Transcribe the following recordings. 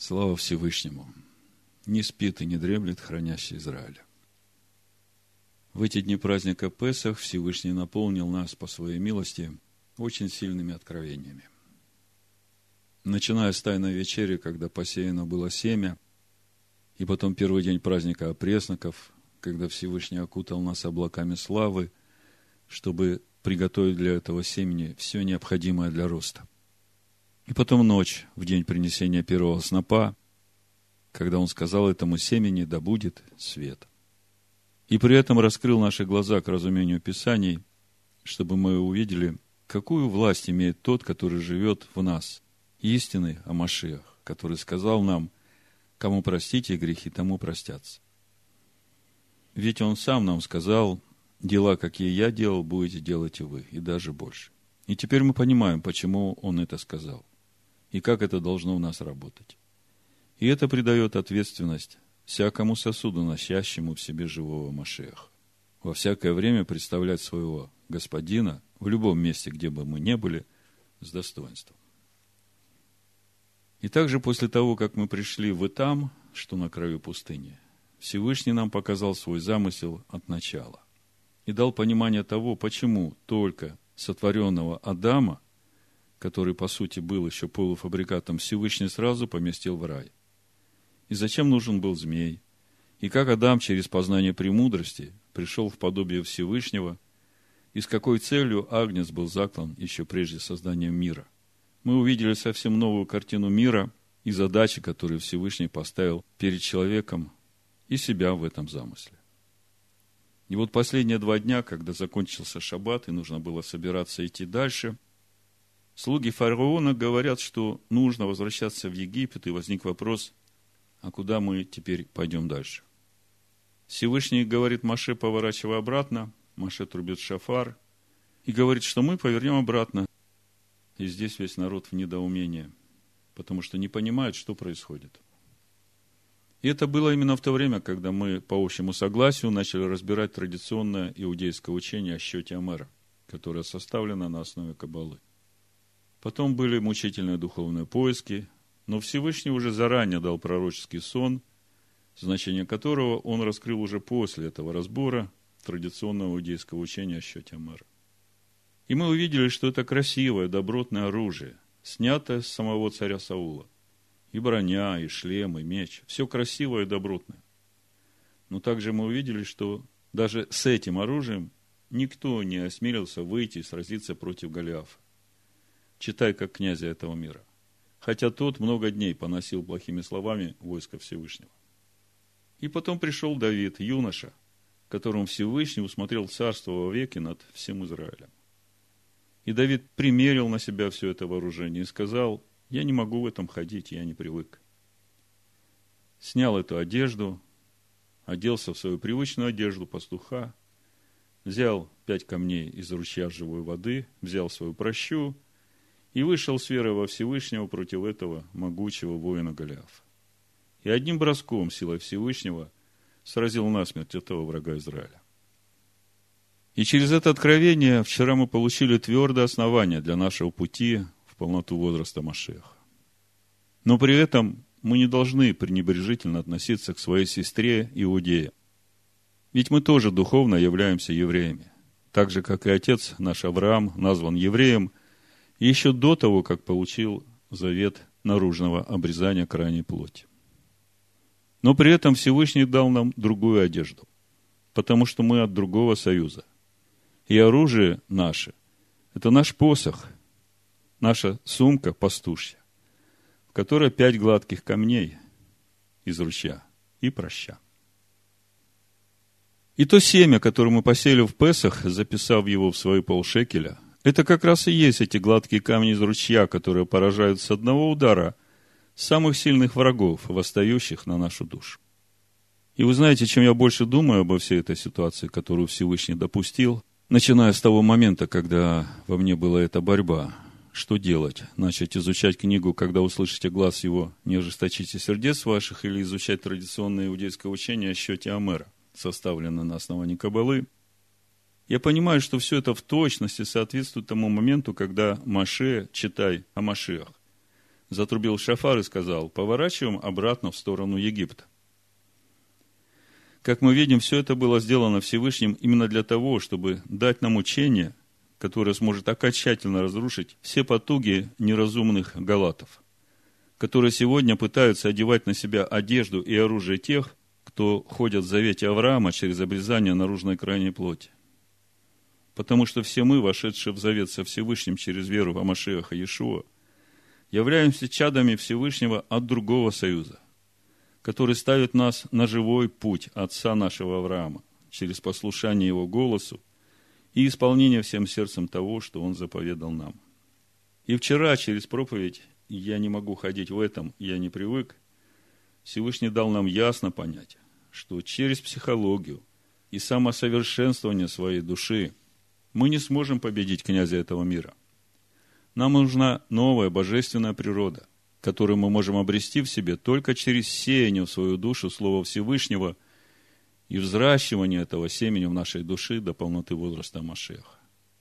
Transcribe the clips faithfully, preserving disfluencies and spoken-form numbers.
Слава Всевышнему! Не спит и не дремлет хранящий Израиля. В эти дни праздника Песах Всевышний наполнил нас по своей милости очень сильными откровениями. Начиная с Тайной вечери, когда посеяно было семя, и потом первый день праздника опресноков, когда Всевышний окутал нас облаками славы, чтобы приготовить для этого семени все необходимое для роста. И потом ночь, в день принесения первого снопа, когда Он сказал этому семени: да будет свет. И при этом раскрыл наши глаза к разумению Писаний, чтобы мы увидели, какую власть имеет тот, который живет в нас, истинный о Машиах, который сказал нам: кому простите грехи, тому простятся. Ведь Он сам нам сказал: дела, какие я делал, будете делать и вы, и даже больше. И теперь мы понимаем, почему Он это сказал, и как это должно в нас работать. И это придает ответственность всякому сосуду, носящему в себе живого Машиаха. Во всякое время представлять своего Господина в любом месте, где бы мы ни были, с достоинством. И также после того, как мы пришли в Итам, что на краю пустыни, Всевышний нам показал свой замысел от начала и дал понимание того, почему только сотворенного Адама, который, по сути, был еще полуфабрикатом, Всевышний сразу поместил в рай. И зачем нужен был змей? И как Адам через познание премудрости пришел в подобие Всевышнего, и с какой целью Агнец был заклан еще прежде создания мира. Мы увидели совсем новую картину мира и задачи, которые Всевышний поставил перед человеком и себя в этом замысле. И вот последние два дня, когда закончился шаббат и нужно было собираться и идти дальше, слуги фараона говорят, что нужно возвращаться в Египет, и возник вопрос: а куда мы теперь пойдем дальше? Всевышний говорит Моше: поворачивай обратно. Моше трубит шафар и говорит, что мы повернем обратно. И здесь весь народ в недоумении, потому что не понимает, что происходит. И это было именно в то время, когда мы по общему согласию начали разбирать традиционное иудейское учение о счете Омера, которое составлено на основе Каббалы. Потом были мучительные духовные поиски, но Всевышний уже заранее дал пророческий сон, значение которого он раскрыл уже после этого разбора традиционного иудейского учения о счете Омера. И мы увидели, что это красивое, добротное оружие, снятое с самого царя Саула. И броня, и шлем, и меч. Все красивое и добротное. Но также мы увидели, что даже с этим оружием никто не осмелился выйти и сразиться против Голиафа. Читай, как князя этого мира. Хотя тот много дней поносил плохими словами войско Всевышнего. И потом пришел Давид, юноша, которому Всевышний усмотрел царство вовеки над всем Израилем. И Давид примерил на себя все это вооружение и сказал: я не могу в этом ходить, я не привык. Снял эту одежду, оделся в свою привычную одежду пастуха, взял пять камней из ручья живой воды, взял свою пращу и вышел с верой во Всевышнего против этого могучего воина Голиафа. И одним броском силой Всевышнего сразил насмерть этого врага Израиля. И через это откровение вчера мы получили твердое основание для нашего пути в полноту возраста Машиаха. Но при этом мы не должны пренебрежительно относиться к своей сестре Иудее. Ведь мы тоже духовно являемся евреями. Так же, как и отец наш Авраам назван евреем еще до того, как получил завет наружного обрезания крайней плоти. Но при этом Всевышний дал нам другую одежду, потому что мы от другого союза. И оружие наше – это наш посох, наша сумка пастушья, в которой пять гладких камней из ручья и праща. И то семя, которое мы посеяли в Песах, записав его в свои полшекеля, это как раз и есть эти гладкие камни из ручья, которые поражают с одного удара самых сильных врагов, восстающих на нашу душу. И вы знаете, чем я больше думаю обо всей этой ситуации, которую Всевышний допустил, начиная с того момента, когда во мне была эта борьба, что делать? Начать изучать книгу, когда услышите глас его, не ожесточите сердец ваших, или изучать традиционное иудейское учение о счете Омера, составленное на основании Каббалы. Я понимаю, что все это в точности соответствует тому моменту, когда Моше, читай о Машиах, затрубил шафар и сказал: поворачиваем обратно в сторону Египта. Как мы видим, все это было сделано Всевышним именно для того, чтобы дать нам учение, которое сможет окончательно разрушить все потуги неразумных галатов, которые сегодня пытаются одевать на себя одежду и оружие тех, кто ходят в завете Авраама через обрезание наружной крайней плоти. Потому что все мы, вошедшие в завет со Всевышним через веру в Машиаха Иешуа, являемся чадами Всевышнего от другого союза, который ставит нас на живой путь отца нашего Авраама через послушание его голосу и исполнение всем сердцем того, что он заповедал нам. И вчера через проповедь «Я не могу ходить в этом, я не привык», Всевышний дал нам ясно понять, что через психологию и самосовершенствование своей души мы не сможем победить князя этого мира. Нам нужна новая божественная природа, которую мы можем обрести в себе только через сеяние в свою душу Слова Всевышнего и взращивание этого семени в нашей душе до полноты возраста Машиаха.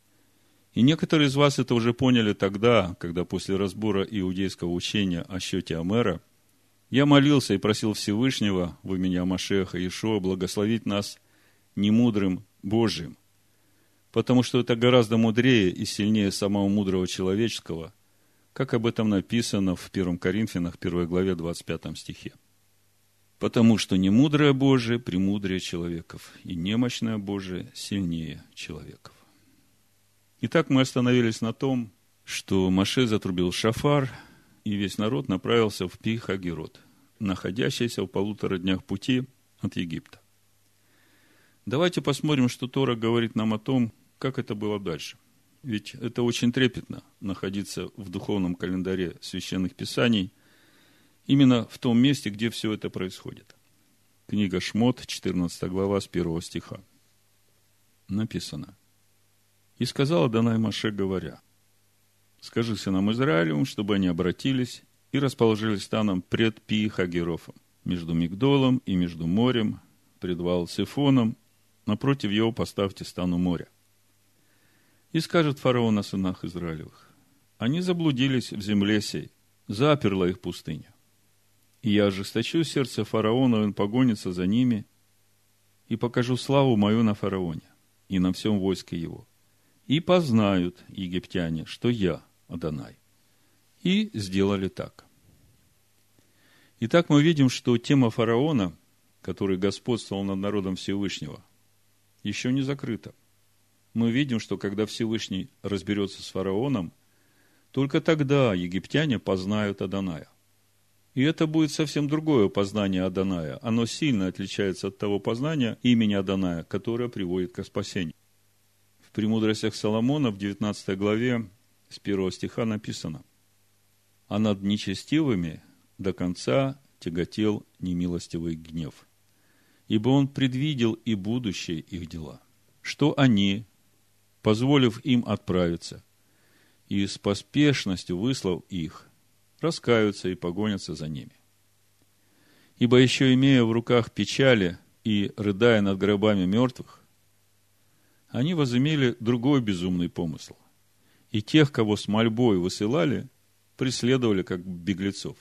И некоторые из вас это уже поняли тогда, когда после разбора иудейского учения о счете Омера я молился и просил Всевышнего в имени Машиаха Иешуа благословить нас немудрым Божиим, потому что это гораздо мудрее и сильнее самого мудрого человеческого, как об этом написано в первом Коринфянах, первой главе, двадцать пятом стихе. Потому что немудрое Божие премудрее человеков, и немощное Божие сильнее человеков. Итак, мы остановились на том, что Моше затрубил шафар, и весь народ направился в Пи-Хагирот, находящийся в полутора днях пути от Египта. Давайте посмотрим, что Тора говорит нам о том, как это было дальше. Ведь это очень трепетно находиться в духовном календаре священных писаний именно в том месте, где все это происходит. Книга Шмот, четырнадцатая глава, с первого стиха. Написано: «И сказал Адонай Моше, говоря: скажи сынам Израилевым, чтобы они обратились и расположились станом пред Пи-Хагирофом, между Мигдолом и между морем, пред Ваал-Цефоном, напротив его поставьте стану моря. И скажет фараон о сынах Израилевых: они заблудились в земле сей, заперла их пустыня. И я ожесточу сердце фараона, и он погонится за ними, и покажу славу мою на фараоне и на всем войске его. И познают египтяне, что я Адонай». И сделали так. Итак, мы видим, что тема фараона, который господствовал над народом Всевышнего, еще не закрыта. Мы видим, что когда Всевышний разберется с фараоном, только тогда египтяне познают Адоная. И это будет совсем другое познание Адоная. Оно сильно отличается от того познания имени Адоная, которое приводит к спасению. В «Премудростях Соломона» в девятнадцатой главе с первого стиха написано: «А над нечестивыми до конца тяготел немилостивый гнев, ибо он предвидел и будущее их дела, что они, позволив им отправиться, и с поспешностью выслав их, раскаются и погонятся за ними. Ибо еще имея в руках печали и рыдая над гробами мертвых, они возымели другой безумный помысл, и тех, кого с мольбой высылали, преследовали как беглецов.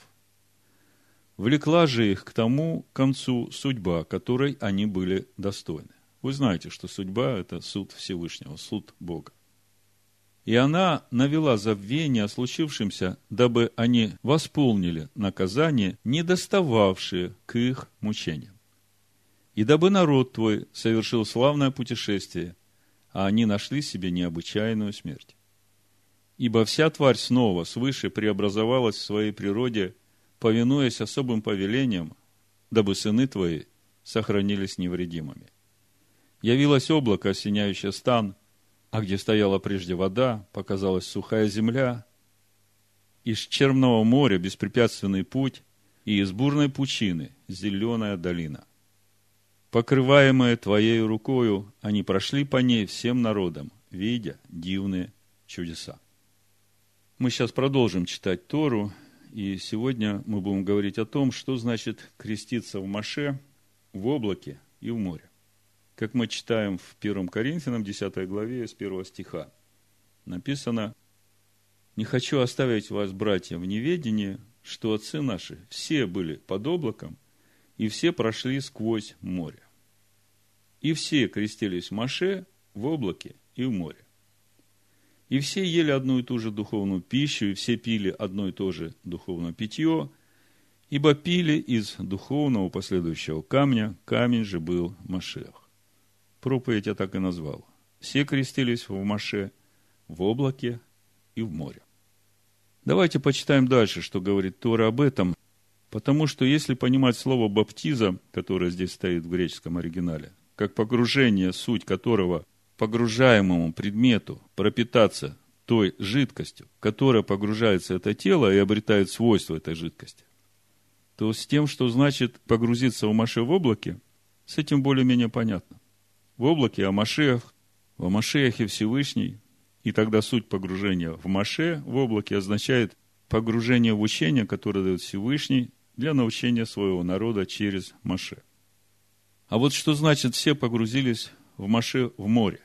Влекла же их к тому концу судьба, которой они были достойны». Вы знаете, что судьба – это суд Всевышнего, суд Бога. «И она навела забвение о случившемся, дабы они восполнили наказание, не достававшее к их мучениям. И дабы народ твой совершил славное путешествие, а они нашли себе необычайную смерть. Ибо вся тварь снова свыше преобразовалась в своей природе, повинуясь особым повелениям, дабы сыны твои сохранились невредимыми. Явилось облако, осеняющее стан, а где стояла прежде вода, показалась сухая земля. Из черного моря беспрепятственный путь, и из бурной пучины зеленая долина. Покрываемые твоей рукою, они прошли по ней всем народам, видя дивные чудеса». Мы сейчас продолжим читать Тору, и сегодня мы будем говорить о том, что значит креститься в Моше, в облаке и в море. Как мы читаем в первом Коринфянам, десятой главе, с первого стиха, написано: Не хочу оставить вас, братья, в неведении, что отцы наши все были под облаком, и все прошли сквозь море. И все крестились в Моше, в облаке и в море. И все ели одну и ту же духовную пищу, и все пили одно и то же духовное питье, ибо пили из духовного последующего камня, камень же был Машиах. Проповедь я так и назвал. Все крестились в Моше, в облаке и в море. Давайте почитаем дальше, что говорит Тора об этом, потому что если понимать слово «баптиза», которое здесь стоит в греческом оригинале, как погружение, суть которого погружаемому предмету пропитаться той жидкостью, которая погружается это тело и обретает свойства этой жидкости, то с тем, что значит погрузиться в Моше в облаке, с этим более-менее понятно. В облаке о Машиах, в Машиахе Всевышний, и тогда суть погружения в Моше в облаке означает погружение в учение, которое дает Всевышний для научения своего народа через Моше. А вот что значит все погрузились в Моше в море?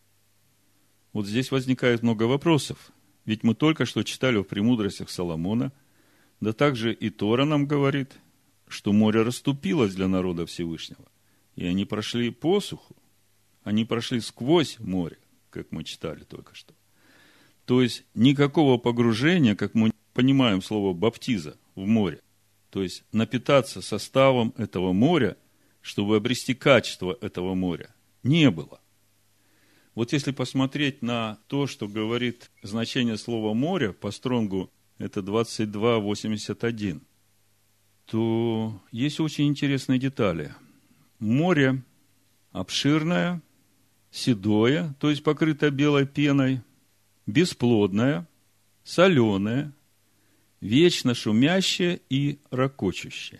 Вот здесь возникает много вопросов. Ведь мы только что читали в «Премудростях Соломона», да также и Тора нам говорит, что море расступилось для народа Всевышнего. И они прошли посуху, они прошли сквозь море, как мы читали только что. То есть никакого погружения, как мы понимаем слово «баптиза» в море, то есть напитаться составом этого моря, чтобы обрести качество этого моря, не было. Вот если посмотреть на то, что говорит значение слова «море», по Стронгу это двадцать два восемьдесят один, то есть очень интересные детали. Море обширное, седое, то есть покрытое белой пеной, бесплодное, соленое, вечно шумящее и рокочущее.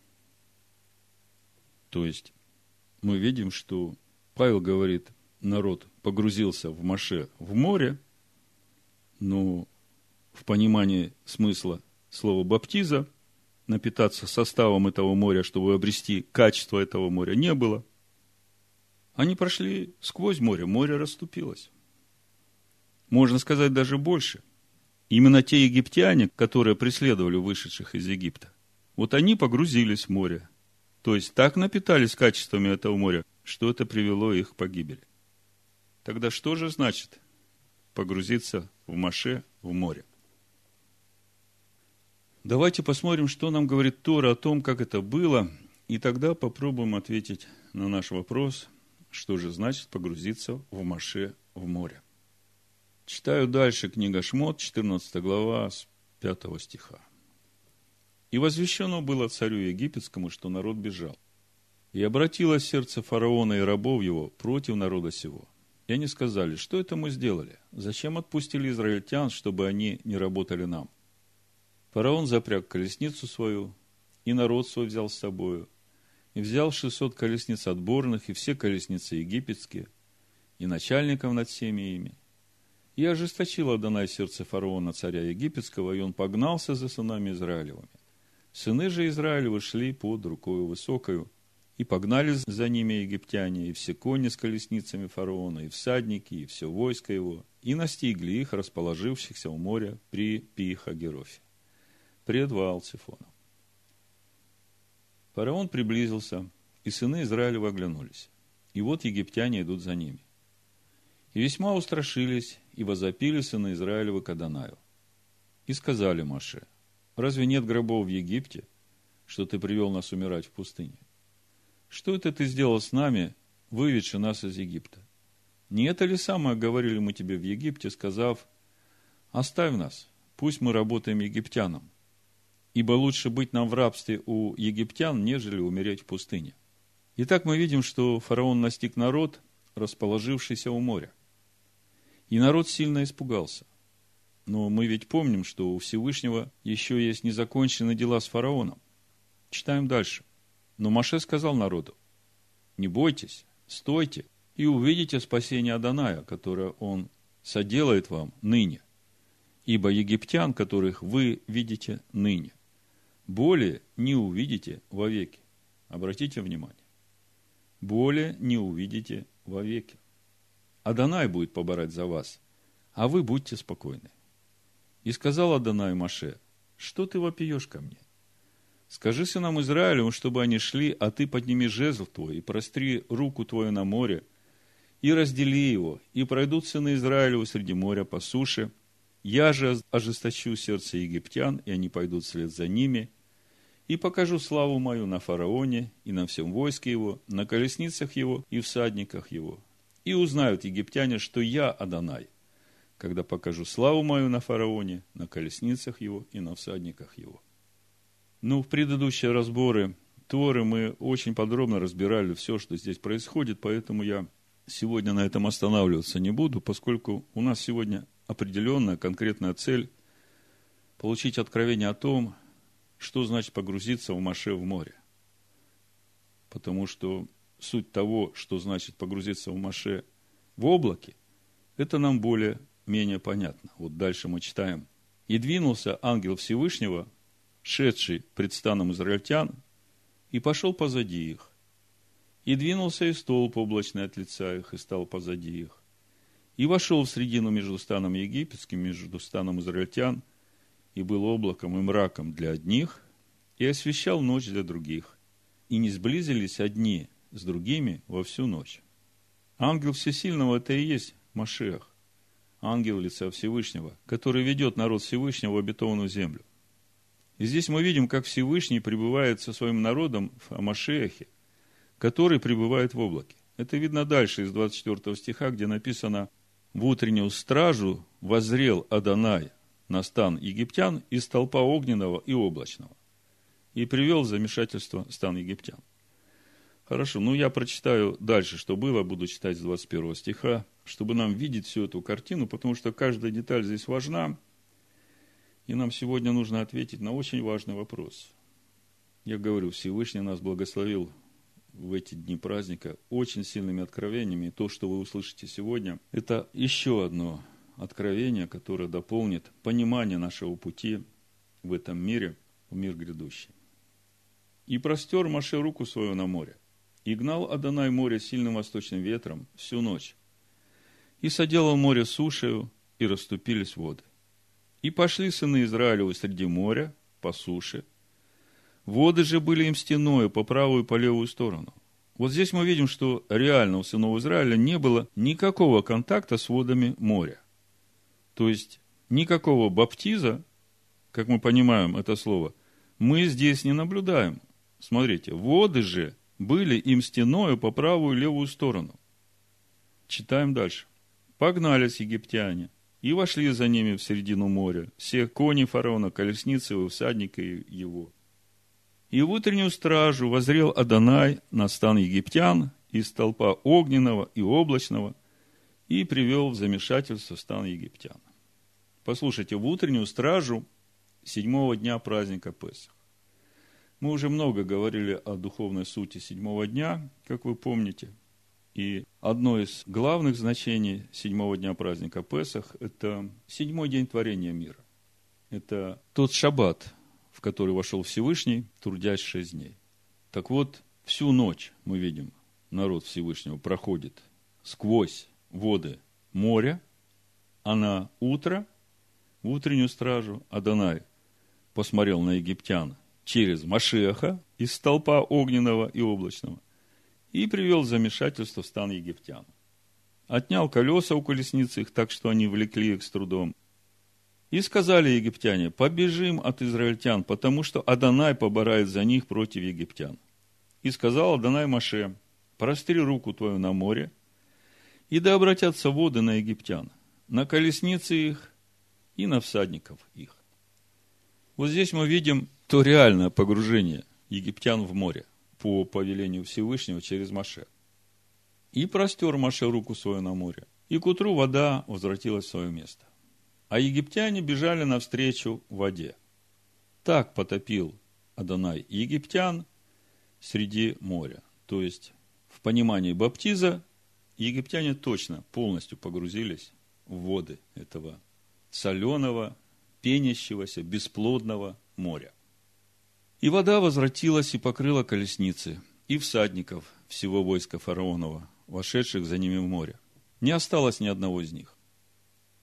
То есть мы видим, что Павел говорит, народ погрузился в Моше в море, но в понимании смысла слова «баптиза» напитаться составом этого моря, чтобы обрести качество этого моря, не было. Они прошли сквозь море, море расступилось. Можно сказать даже больше. Именно те египтяне, которые преследовали вышедших из Египта, вот они погрузились в море. То есть так напитались качествами этого моря, что это привело их к погибели. Тогда что же значит погрузиться в Моше в море? Давайте посмотрим, что нам говорит Тора о том, как это было, и тогда попробуем ответить на наш вопрос, что же значит погрузиться в Моше в море. Читаю дальше, книга Шмот, четырнадцатая глава, с пятого стиха. «И возвещено было царю египетскому, что народ бежал. И обратилось сердце фараона и рабов его против народа сего. И они сказали, что это мы сделали? Зачем отпустили израильтян, чтобы они не работали нам? Фараон запряг колесницу свою, и народ свой взял с собою, и взял шестьсот колесниц отборных, и все колесницы египетские, и начальников над всеми ими. И ожесточил Адонай сердце фараона, царя египетского, и он погнался за сынами Израилевыми. Сыны же Израилевы шли под рукою высокою, и погнали за ними египтяне, и все кони с колесницами фараона, и всадники, и все войско его, и настигли их, расположившихся у моря при Пи-Хагерофе, пред Ваал-Цифоном. Фараон приблизился, и сыны Израилева оглянулись. И вот египтяне идут за ними. И весьма устрашились, и возопили сыны Израилевы к Адонаю. И сказали Моше: разве нет гробов в Египте, что ты привел нас умирать в пустыне? Что это ты сделал с нами, выведши нас из Египта? Не это ли самое говорили мы тебе в Египте, сказав: оставь нас, пусть мы работаем египтянам, ибо лучше быть нам в рабстве у египтян, нежели умереть в пустыне. Итак, мы видим, что фараон настиг народ, расположившийся у моря. И народ сильно испугался. Но мы ведь помним, что у Всевышнего еще есть незаконченные дела с фараоном. Читаем дальше. Но Моше сказал народу: не бойтесь, стойте, и увидите спасение Адоная, которое он соделает вам ныне. Ибо египтян, которых вы видите ныне, более не увидите вовеки. Обратите внимание. Более не увидите вовеки. Адонай будет поборать за вас, а вы будьте спокойны. И сказал Адонай Моше: что ты вопиешь ко мне? Скажи сынам Израилевым, чтобы они шли, а ты подними жезл твой и простри руку твою на море, и раздели его, и пройдут сыны Израилевы среди моря по суше. Я же ожесточу сердце египтян, и они пойдут вслед за ними, и покажу славу мою на фараоне и на всем войске его, на колесницах его и всадниках его. И узнают египтяне, что я Адонай, когда покажу славу мою на фараоне, на колесницах его и на всадниках его». Ну, в предыдущие разборы Торы мы очень подробно разбирали все, что здесь происходит, поэтому я сегодня на этом останавливаться не буду, поскольку у нас сегодня определенная конкретная цель – получить откровение о том, что значит погрузиться в Моше в море. Потому что суть того, что значит погрузиться в Моше в облаке, это нам более-менее понятно. Вот дальше мы читаем. «И двинулся ангел Всевышнего, шедший пред станом израильтян, и пошел позади их. И двинулся и столб облачный от лица их, и стал позади их. И вошел в средину между станом египетским, между станом израильтян, и был облаком и мраком для одних, и освещал ночь для других. И не сблизились одни с другими во всю ночь». Ангел Всесильного – это и есть Машиах, ангел лица Всевышнего, который ведет народ Всевышнего в обетованную землю. И здесь мы видим, как Всевышний пребывает со своим народом в Машиахе, который пребывает в облаке. Это видно дальше из двадцать четвёртого стиха, где написано: «В утреннюю стражу воззрел Адонай на стан египтян из столпа огненного и облачного, и привел в замешательство стан египтян». Хорошо, ну я прочитаю дальше, что было, буду читать с двадцать первого стиха, чтобы нам видеть всю эту картину, потому что каждая деталь здесь важна, и нам сегодня нужно ответить на очень важный вопрос. Я говорю, Всевышний нас благословил в эти дни праздника очень сильными откровениями, и то, что вы услышите сегодня, это еще одно откровение, которое дополнит понимание нашего пути в этом мире, в мир грядущий. «И простер Моше руку свою на море, и гнал Адонай море сильным восточным ветром всю ночь, и соделал море сушею, и расступились воды. И пошли сыны Израилевы среди моря по суше, воды же были им стеною по правую и по левую сторону». Вот здесь мы видим, что реально у сынов Израиля не было никакого контакта с водами моря. То есть, никакого баптиза, как мы понимаем это слово, мы здесь не наблюдаем. Смотрите, воды же были им стеною по правую и левую сторону. Читаем дальше. «Погнались египтяне, и вошли за ними в середину моря, все кони фараона, колесницы его, всадника его. И в утреннюю стражу воззрел Адонай на стан египтян из столпа огненного и облачного, и привел в замешательство стан египтян». Послушайте, в утреннюю стражу седьмого дня праздника Песах. Мы уже много говорили о духовной сути седьмого дня, как вы помните. И одно из главных значений седьмого дня праздника Песах – это седьмой день творения мира. Это тот шаббат, в который вошел Всевышний, трудясь шесть дней. Так вот, всю ночь, мы видим, народ Всевышнего проходит сквозь воды моря, а на утро, в утреннюю стражу, Адонай посмотрел на египтян через Машиаха из столпа огненного и облачного и привел в замешательство в стан египтян. Отнял колеса у колесницы их, так что они влекли их с трудом. И сказали египтяне: «Побежим от израильтян, потому что Адонай поборает за них против египтян». И сказал Адонай Моше: «Простри руку твою на море, и да обратятся воды на египтян, на колесницы их и на всадников их». Вот здесь мы видим то реальное погружение египтян в море по повелению Всевышнего через Моше. «И простер Моше руку свою на море, и к утру вода возвратилась в свое место. А египтяне бежали навстречу воде. Так потопил Адонай египтян среди моря». То есть, в понимании баптиза, египтяне точно полностью погрузились в воды этого соленого, пенящегося, бесплодного моря. «И вода возвратилась и покрыла колесницы и всадников всего войска фараонова, вошедших за ними в море. Не осталось ни одного из них.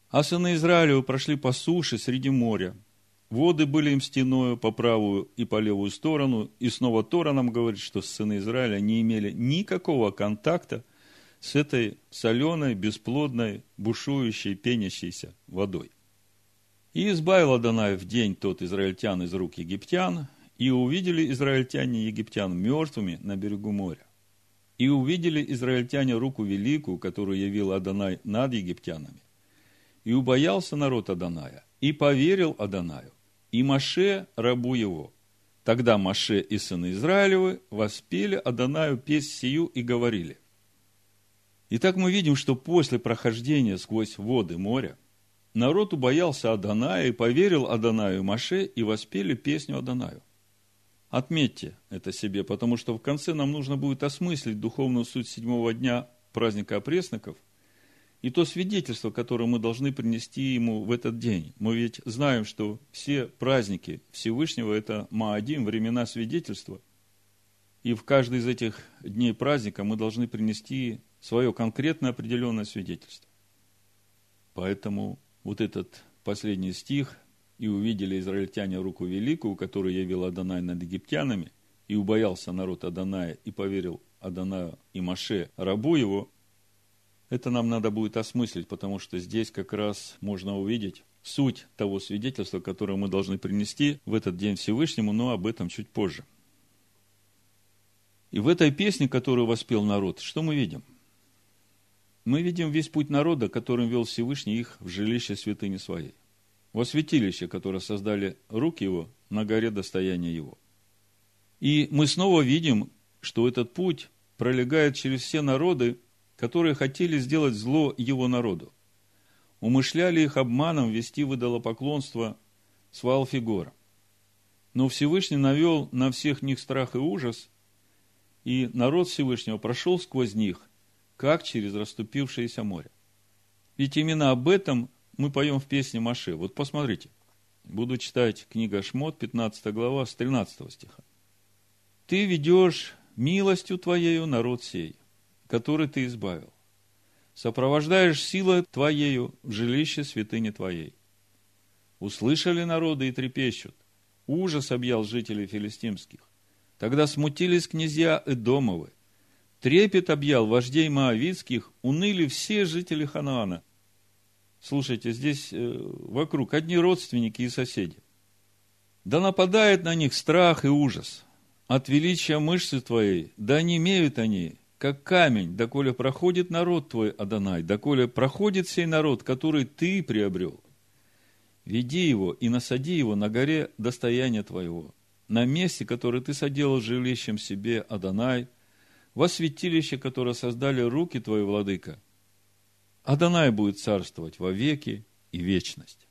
А сыны Израилевы прошли по суше среди моря. Воды были им стеною по правую и по левую сторону. И снова Тора нам говорит, что сыны Израиля не имели никакого контакта с этой соленой, бесплодной, бушующей, пенящейся водой. И избавил Адонай в день тот израильтян из рук египтян, и увидели израильтяне египтян мертвыми на берегу моря. И увидели израильтяне руку великую, которую явил Адонай над египтянами. И убоялся народ Адоная, и поверил Адонаю, и Моше, рабу его. Тогда Моше и сыны Израилевы воспели Адонаю песнь сию и говорили. Итак, мы видим, что после прохождения сквозь воды моря народ убоялся Адоная и поверил Адонаю и Моше, и воспели песню Адонаю. Отметьте это себе, потому что в конце нам нужно будет осмыслить духовную суть седьмого дня праздника опресноков и то свидетельство, которое мы должны принести ему в этот день. Мы ведь знаем, что все праздники Всевышнего – это Маадим, времена свидетельства. И в каждый из этих дней праздника мы должны принести свое конкретное определенное свидетельство. Поэтому вот этот последний стих: «И увидели израильтяне руку великую, которую явил Адонай над египтянами, и убоялся народ Адоная, и поверил Адонаю и Моше, рабу его». Это нам надо будет осмыслить, потому что здесь как раз можно увидеть суть того свидетельства, которое мы должны принести в этот день Всевышнему, но об этом чуть позже. И в этой песне, которую воспел народ, что мы видим? Мы видим весь путь народа, которым вел Всевышний их в жилище святыни своей, во святилище, которое создали руки его на горе достояния его. И мы снова видим, что этот путь пролегает через все народы, которые хотели сделать зло его народу. Умышляли их обманом вести в идолопоклонство с Ваал-Фигора. Но Всевышний навел на всех них страх и ужас, и народ Всевышнего прошел сквозь них, как через расступившееся море. Ведь именно об этом мы поем в песне Моше. Вот посмотрите. Буду читать книга Шмот, пятнадцатая глава, с тринадцатого стиха. «Ты ведешь милостью Твоею народ сей, который Ты избавил. Сопровождаешь силой Твоею в жилище святыни Твоей. Услышали народы и трепещут. Ужас объял жителей филистимских. Тогда смутились князья Эдомовы. Трепет объял вождей моавитских, уныли все жители Ханаана». Слушайте, здесь вокруг одни родственники и соседи. «Да нападает на них страх и ужас. От величия мышцы Твоей, да онемеют они, как камень, доколе проходит народ Твой, Адонай, доколе проходит сей народ, который Ты приобрел. Веди его и насади его на горе достояния Твоего, на месте, которое Ты соделал жилищем себе, Адонай, во святилище, которое создали руки Твои, Владыка. Адонай будет царствовать во веки и вечность».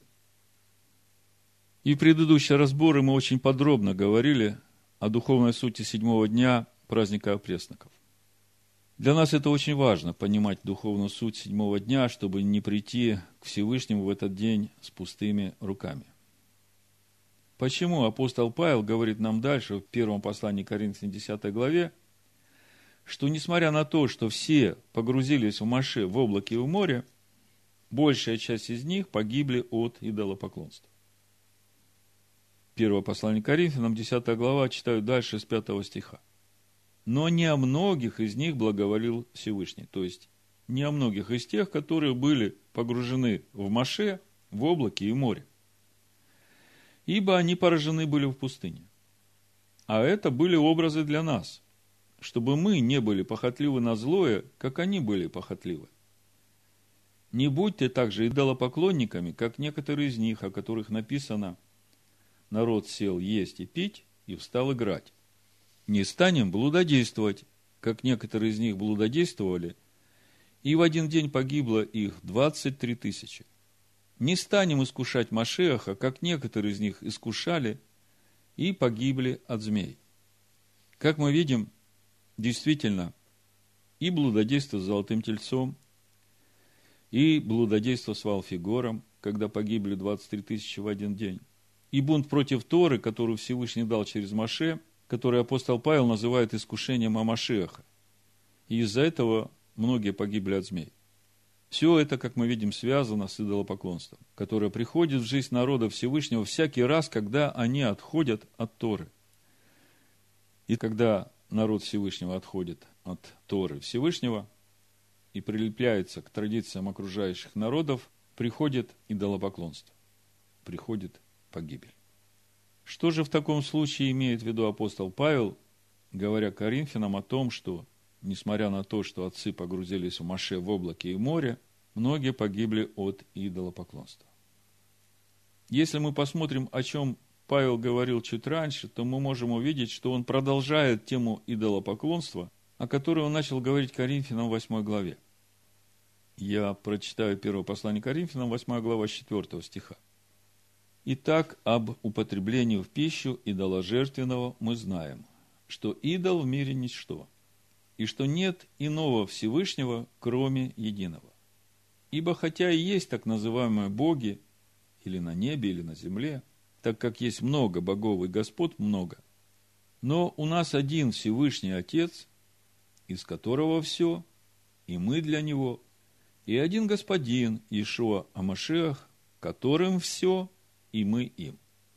И в предыдущие разборы мы очень подробно говорили о духовной сути седьмого дня праздника опресноков. Для нас это очень важно, понимать духовную суть седьмого дня, чтобы не прийти к Всевышнему в этот день с пустыми руками. Почему апостол Павел говорит нам дальше, в первом послании к Коринфянам, десятой главе, что несмотря на то, что все погрузились в Моше в облаке и в море, большая часть из них погибли от идолопоклонства. Первое послание к Коринфянам, десятая глава, читаю дальше с пятого стиха. «Но не о многих из них благоволил Всевышний». То есть, не о многих из тех, которые были погружены в Моше, в облаке и в море. «Ибо они поражены были в пустыне». А это были образы для нас, чтобы мы не были похотливы на злое, как они были похотливы. Не будьте также идолопоклонниками, как некоторые из них, о которых написано: «Народ сел есть и пить, и встал играть». Не станем блудодействовать, как некоторые из них блудодействовали, и в один день погибло их двадцать три тысячи. Не станем искушать Машиаха, как некоторые из них искушали, и погибли от змей. Как мы видим, действительно, и блудодейство с золотым тельцом, и блудодейство с Ваал-Фигором, когда погибли двадцать три тысячи в один день, и бунт против Торы, которую Всевышний дал через Моше, который апостол Павел называет искушением Амашиаха. И из-за этого многие погибли от змей. Все это, как мы видим, связано с идолопоклонством, которое приходит в жизнь народа Всевышнего всякий раз, когда они отходят от Торы. И когда народ Всевышнего отходит от Торы Всевышнего и прилепляется к традициям окружающих народов, приходит идолопоклонство, приходит погибель. Что же в таком случае имеет в виду апостол Павел, говоря Коринфянам о том, что, несмотря на то, что отцы погрузились в Моше в облаке и море, многие погибли от идолопоклонства? Если мы посмотрим, о чем Павел говорил чуть раньше, то мы можем увидеть, что он продолжает тему идолопоклонства, о которой он начал говорить Коринфянам в восьмой главе. Я прочитаю первое послание Коринфянам, восьмая глава, с четвёртого стиха. «Итак, об употреблении в пищу идоложертвенного мы знаем, что идол в мире ничто, и что нет иного Всевышнего, кроме единого. Ибо хотя и есть так называемые боги, или на небе, или на земле, так как есть много богов и господ много, но у нас один Всевышний Отец, из которого все, и мы для Него, и один Господин, Иешуа Амашиах, которым все, и мы им.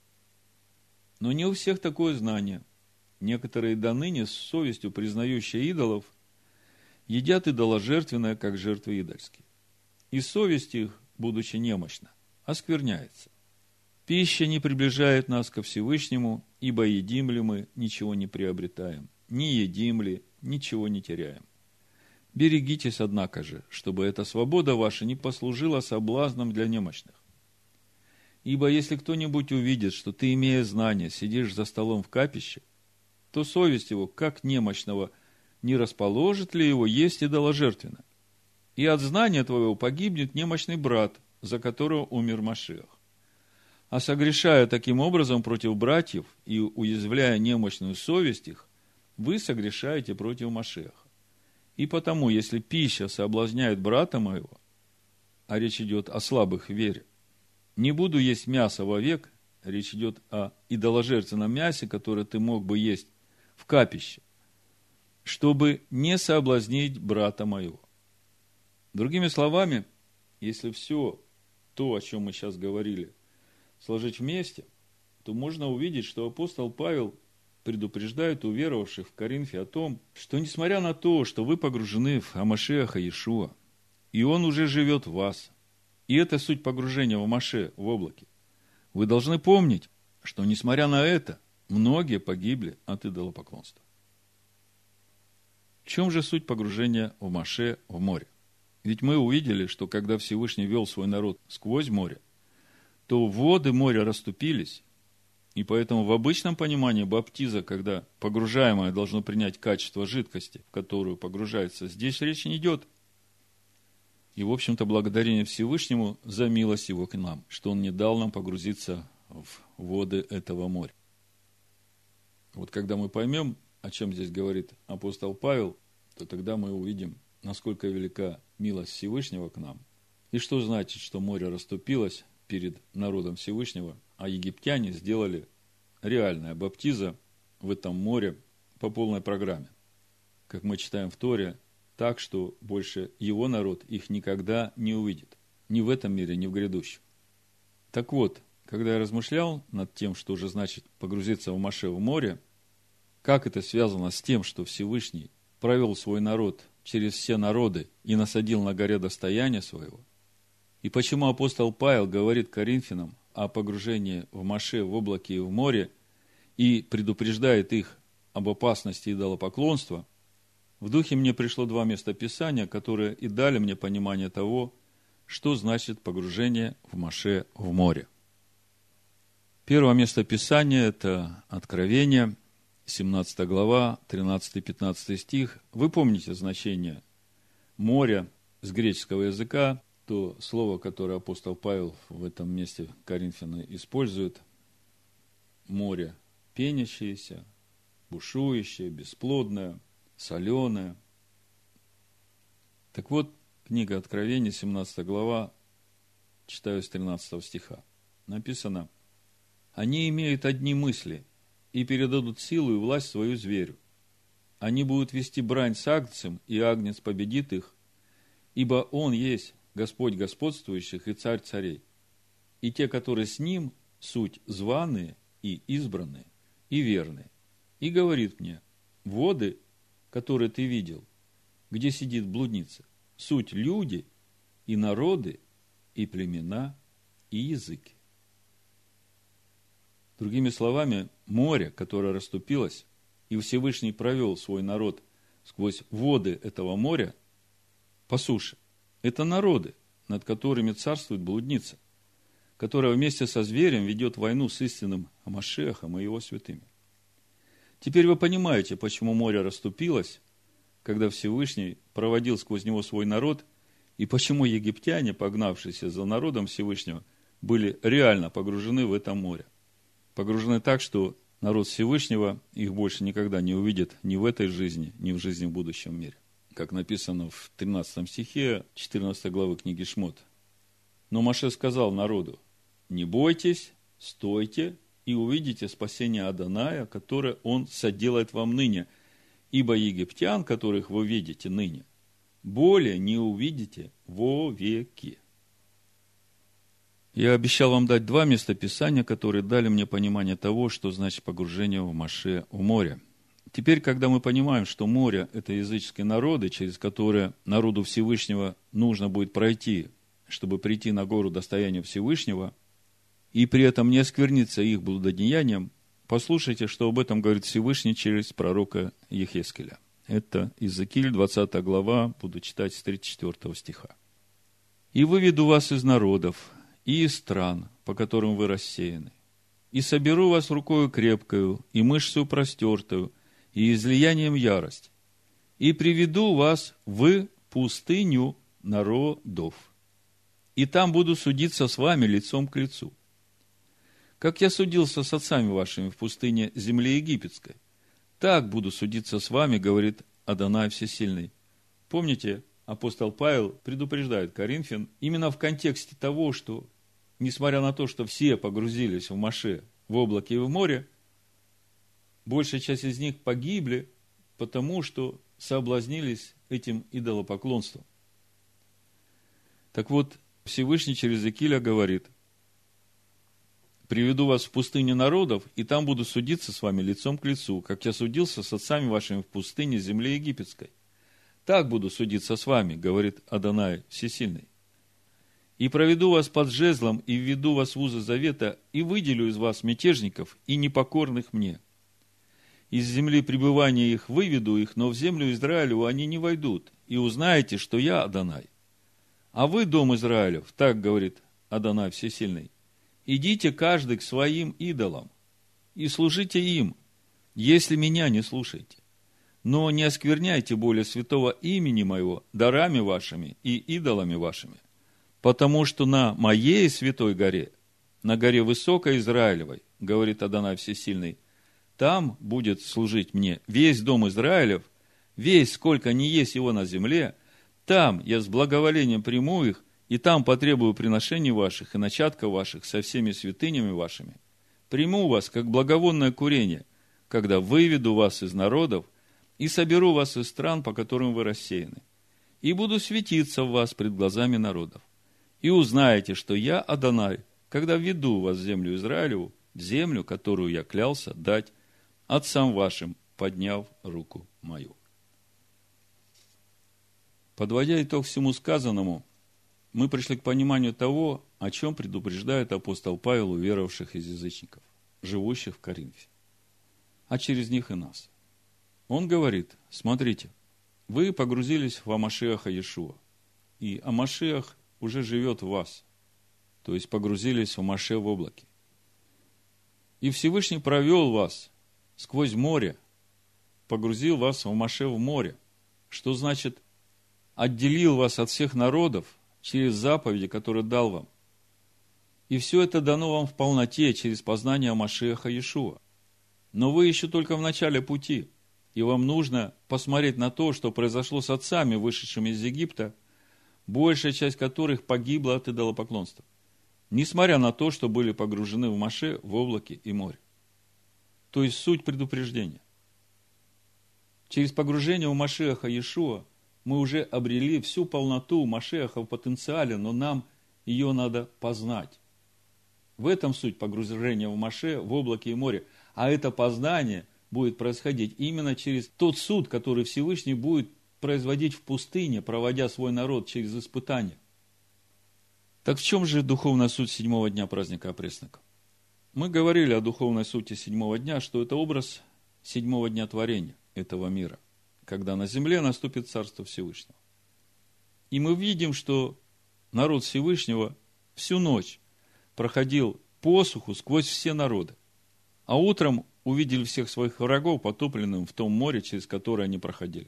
Но не у всех такое знание. Некоторые до ныне с совестью признающие идолов едят идоложертвенное, как жертвы идольские. И совесть их, будучи немощна, оскверняется. Пища не приближает нас ко Всевышнему, ибо едим ли мы, ничего не приобретаем, не едим ли, ничего не теряем. Берегитесь, однако же, чтобы эта свобода ваша не послужила соблазном для немощных. Ибо если кто-нибудь увидит, что ты, имея знания, сидишь за столом в капище, то совесть его, как немощного, не расположит ли его есть идоложертвенно? И от знания твоего погибнет немощный брат, за которого умер Машиах. А согрешая таким образом против братьев и уязвляя немощную совесть их, вы согрешаете против Машиаха. И потому, если пища соблазняет брата моего, а речь идет о слабых в вере, не буду есть мясо вовек, речь идет о идоложертвенном мясе, которое ты мог бы есть в капище, чтобы не соблазнить брата моего. Другими словами, если все то, о чем мы сейчас говорили, сложить вместе, то можно увидеть, что апостол Павел предупреждает уверовавших в Коринфе о том, что несмотря на то, что вы погружены в Амашиаха Иешуа, и он уже живет в вас, и это суть погружения в Моше, в облаке, вы должны помнить, что несмотря на это, многие погибли от идолопоклонства. В чем же суть погружения в Моше, в море? Ведь мы увидели, что когда Всевышний вел свой народ сквозь море, то воды моря расступились, и поэтому в обычном понимании баптиза, когда погружаемое должно принять качество жидкости, в которую погружается, здесь речь не идет. И, в общем-то, благодарение Всевышнему за милость Его к нам, что Он не дал нам погрузиться в воды этого моря. Вот когда мы поймем, о чем здесь говорит апостол Павел, то тогда мы увидим, насколько велика милость Всевышнего к нам, и что значит, что море расступилось перед народом Всевышнего, а египтяне сделали реальное баптиза в этом море по полной программе. Как мы читаем в Торе, так, что больше его народ их никогда не увидит. Ни в этом мире, ни в грядущем. Так вот, когда я размышлял над тем, что же значит погрузиться в Моше в море, как это связано с тем, что Всевышний провел свой народ через все народы и насадил на горе достояния своего, и почему апостол Павел говорит Коринфянам о погружении в Моше в облаке и в море и предупреждает их об опасности идолопоклонства, в духе мне пришло два места Писания, которые и дали мне понимание того, что значит погружение в Моше в море. Первое место Писания – это Откровение, семнадцатая глава, тринадцатый-пятнадцатый стих. Вы помните значение моря с греческого языка, то слово, которое апостол Павел в этом месте Коринфяна использует, море пенящееся, бушующее, бесплодное, соленое. Так вот, книга Откровения, семнадцатая глава, читаю с тринадцатого стиха. Написано: «Они имеют одни мысли и передадут силу и власть свою зверю. Они будут вести брань с агнцем, и агнец победит их, ибо он есть Господь господствующих и Царь царей. И те, которые с Ним, суть званые и избранные, и верные. И говорит мне: воды, которые ты видел, где сидит блудница, суть люди и народы, и племена, и языки. Другими словами, море, которое расступилось, и Всевышний провел свой народ сквозь воды этого моря по суше. Это народы, над которыми царствует блудница, которая вместе со зверем ведет войну с истинным Машиахом и его святыми. Теперь вы понимаете, почему море расступилось, когда Всевышний проводил сквозь него свой народ, и почему египтяне, погнавшиеся за народом Всевышнего, были реально погружены в это море. Погружены так, что народ Всевышнего их больше никогда не увидит ни в этой жизни, ни в жизни в будущем мире. Как написано в тринадцатом стихе четырнадцатой главы книги Шмот. Но Моше сказал народу: не бойтесь, стойте и увидите спасение Адоная, которое он соделает вам ныне, ибо египтян, которых вы видите ныне, более не увидите вовеки. Я обещал вам дать два местописания, которые дали мне понимание того, что значит погружение в Моше в море. Теперь, когда мы понимаем, что море – это языческие народы, через которые народу Всевышнего нужно будет пройти, чтобы прийти на гору достояния Всевышнего, и при этом не оскверниться их блудодеянием, послушайте, что об этом говорит Всевышний через пророка Ехескеля. Это Иезекииль, двадцатая глава, буду читать с тридцать четвёртого стиха. «И выведу вас из народов, и из стран, по которым вы рассеяны, и соберу вас рукою крепкою, и мышцею простертою, и излиянием ярости, и приведу вас в пустыню народов, и там буду судиться с вами лицом к лицу. Как я судился с отцами вашими в пустыне земли египетской, так буду судиться с вами, говорит Адонай Всесильный». Помните, апостол Павел предупреждает Коринфян именно в контексте того, что, несмотря на то, что все погрузились в Моше, в облаке и в море, большая часть из них погибли, потому что соблазнились этим идолопоклонством. Так вот, Всевышний через Иезекииля говорит: «Приведу вас в пустыню народов, и там буду судиться с вами лицом к лицу, как я судился с отцами вашими в пустыне земли египетской. Так буду судиться с вами, говорит Адонай Всесильный. И проведу вас под жезлом, и введу вас в узы завета, и выделю из вас мятежников и непокорных мне. Из земли пребывания их выведу их, но в землю Израилеву они не войдут, и узнаете, что я Адонай. А вы, дом Израилев, так говорит Адонай Всесильный, идите каждый к своим идолам и служите им, если меня не слушаете. Но не оскверняйте более святого имени моего дарами вашими и идолами вашими, потому что на моей святой горе, на горе высокой Израилевой, говорит Адонай Всесильный, там будет служить мне весь дом Израилев, весь, сколько ни есть его на земле, там я с благоволением приму их, и там потребую приношений ваших и начатков ваших со всеми святынями вашими. Приму вас, как благовонное курение, когда выведу вас из народов и соберу вас из стран, по которым вы рассеяны, и буду светиться в вас пред глазами народов. И узнаете, что я Адонай, когда введу вас в землю Израилеву, землю, которую я клялся дать отцам вашим, подняв руку мою». Подводя итог всему сказанному, мы пришли к пониманию того, о чем предупреждает апостол Павел уверовавших из язычников, живущих в Коринфе, а через них и нас. Он говорит: смотрите, вы погрузились в Амашиаха Иешуа, и Амашиах уже живет в вас, то есть погрузились в Моше в облаке. И Всевышний провел вас сквозь море, погрузил вас в Моше в море, что значит отделил вас от всех народов через заповеди, которые дал вам. И все это дано вам в полноте через познание Машиаха Иешуа. Но вы еще только в начале пути, и вам нужно посмотреть на то, что произошло с отцами, вышедшими из Египта, большая часть которых погибла от идолопоклонства, несмотря на то, что были погружены в Моше, в облаке и море. То есть суть предупреждения. Через погружение в Машиаха Иешуа Мы уже обрели всю полноту Машиаха в потенциале, но нам ее надо познать. В этом суть погружения в Маше, в облаке и море. А это познание будет происходить именно через тот суд, который Всевышний будет производить в пустыне, проводя свой народ через испытания. Так в чем же духовная суть седьмого дня праздника опресноков? Мы говорили о духовной сути седьмого дня, что это образ седьмого дня творения этого мира, когда на земле наступит Царство Всевышнего. И мы видим, что народ Всевышнего всю ночь проходил посуху сквозь все народы, а утром увидели всех своих врагов потопленным в том море, через которое они проходили.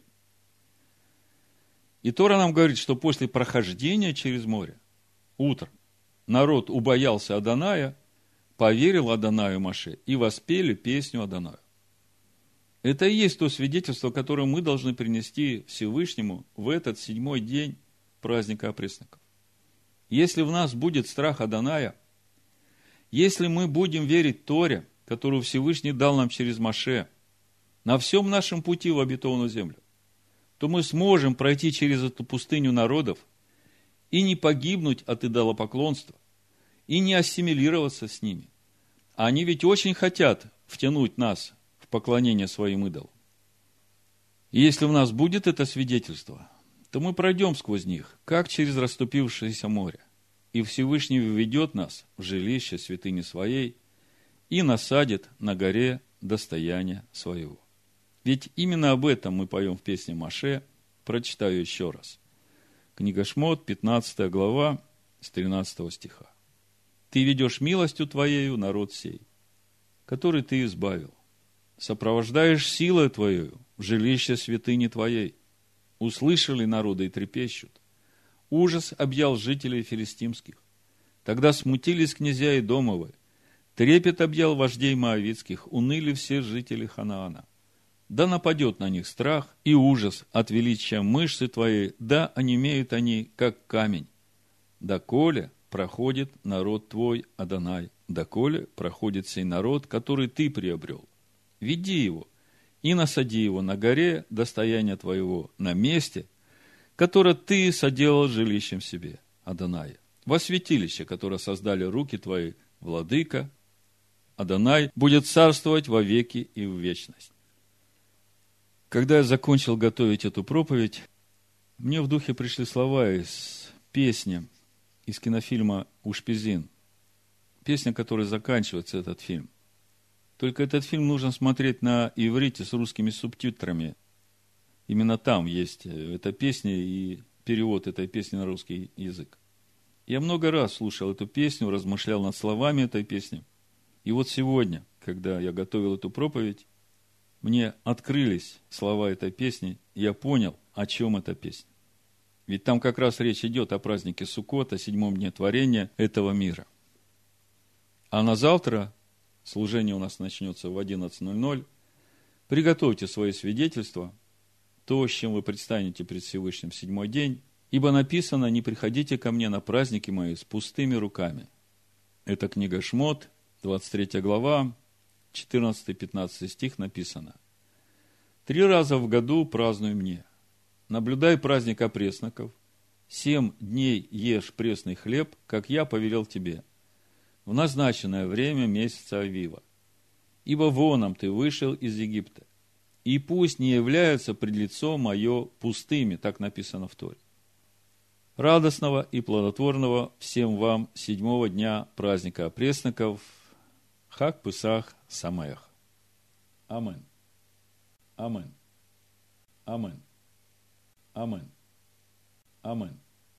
И Тора нам говорит, что после прохождения через море, утром, народ убоялся Адоная, поверил Адонаю Моше и воспели песню Адонаю. Это и есть то свидетельство, которое мы должны принести Всевышнему в этот седьмой день праздника опресноков. Если в нас будет страх Адоная, если мы будем верить Торе, которую Всевышний дал нам через Моше, на всем нашем пути в обетованную землю, то мы сможем пройти через эту пустыню народов и не погибнуть от идолопоклонства, и не ассимилироваться с ними. А они ведь очень хотят втянуть нас в поклонение своим идолам. И если в нас будет это свидетельство, то мы пройдем сквозь них, как через расступившееся море. И Всевышний введет нас в жилище святыни своей и насадит на горе достояния своего. Ведь именно об этом мы поем в песне Моше. Прочитаю еще раз. Книга Шмот, пятнадцатая глава, с тринадцатого стиха. «Ты ведешь милостью Твоею народ сей, который Ты избавил. Сопровождаешь силой Твоею в жилище святыни Твоей. Услышали народы и трепещут. Ужас объял жителей филистимских. Тогда смутились князья и домовы. Трепет объял вождей моавитских. Уныли все жители Ханаана. Да нападет на них страх и ужас от величия мышцы Твоей, да онемеют они, как камень. Доколе проходит народ Твой, Адонай, доколе проходит сей народ, который Ты приобрел. Веди его и насади его на горе достояния Твоего, на месте, которое Ты соделал жилищем себе, Адоная, во святилище, которое создали руки Твои, владыка, Адонай, будет царствовать во веки и в вечность». Когда я закончил готовить эту проповедь, мне в духе пришли слова из песни, из кинофильма «Ушпизин». Песня, которой заканчивается этот фильм. Только этот фильм нужно смотреть на иврите с русскими субтитрами. Именно там есть эта песня и перевод этой песни на русский язык. Я много раз слушал эту песню, размышлял над словами этой песни. И вот сегодня, когда я готовил эту проповедь, мне открылись слова этой песни, и я понял, о чем эта песня. Ведь там как раз речь идет о празднике Суккот, о седьмом дне творения этого мира. А на завтра, служение у нас начнется в одиннадцать ноль ноль, приготовьте свои свидетельства, то, с чем вы предстанете пред Всевышним в седьмой день, ибо написано: «Не приходите ко мне на праздники мои с пустыми руками». Это книга Шмот, двадцать третья глава, четырнадцатый-пятнадцатый стих написано: «Три раза в году празднуй мне, наблюдай праздник опресноков, семь дней ешь пресный хлеб, как я повелел тебе, в назначенное время месяца Авива. Ибо воном ты вышел из Египта, и пусть не является пред лицо мое пустыми», так написано в Торе. Радостного и плодотворного всем вам седьмого дня праздника опресноков, Хаг Песах Самеах. Амин. Амин. Амин. Амин. Амин.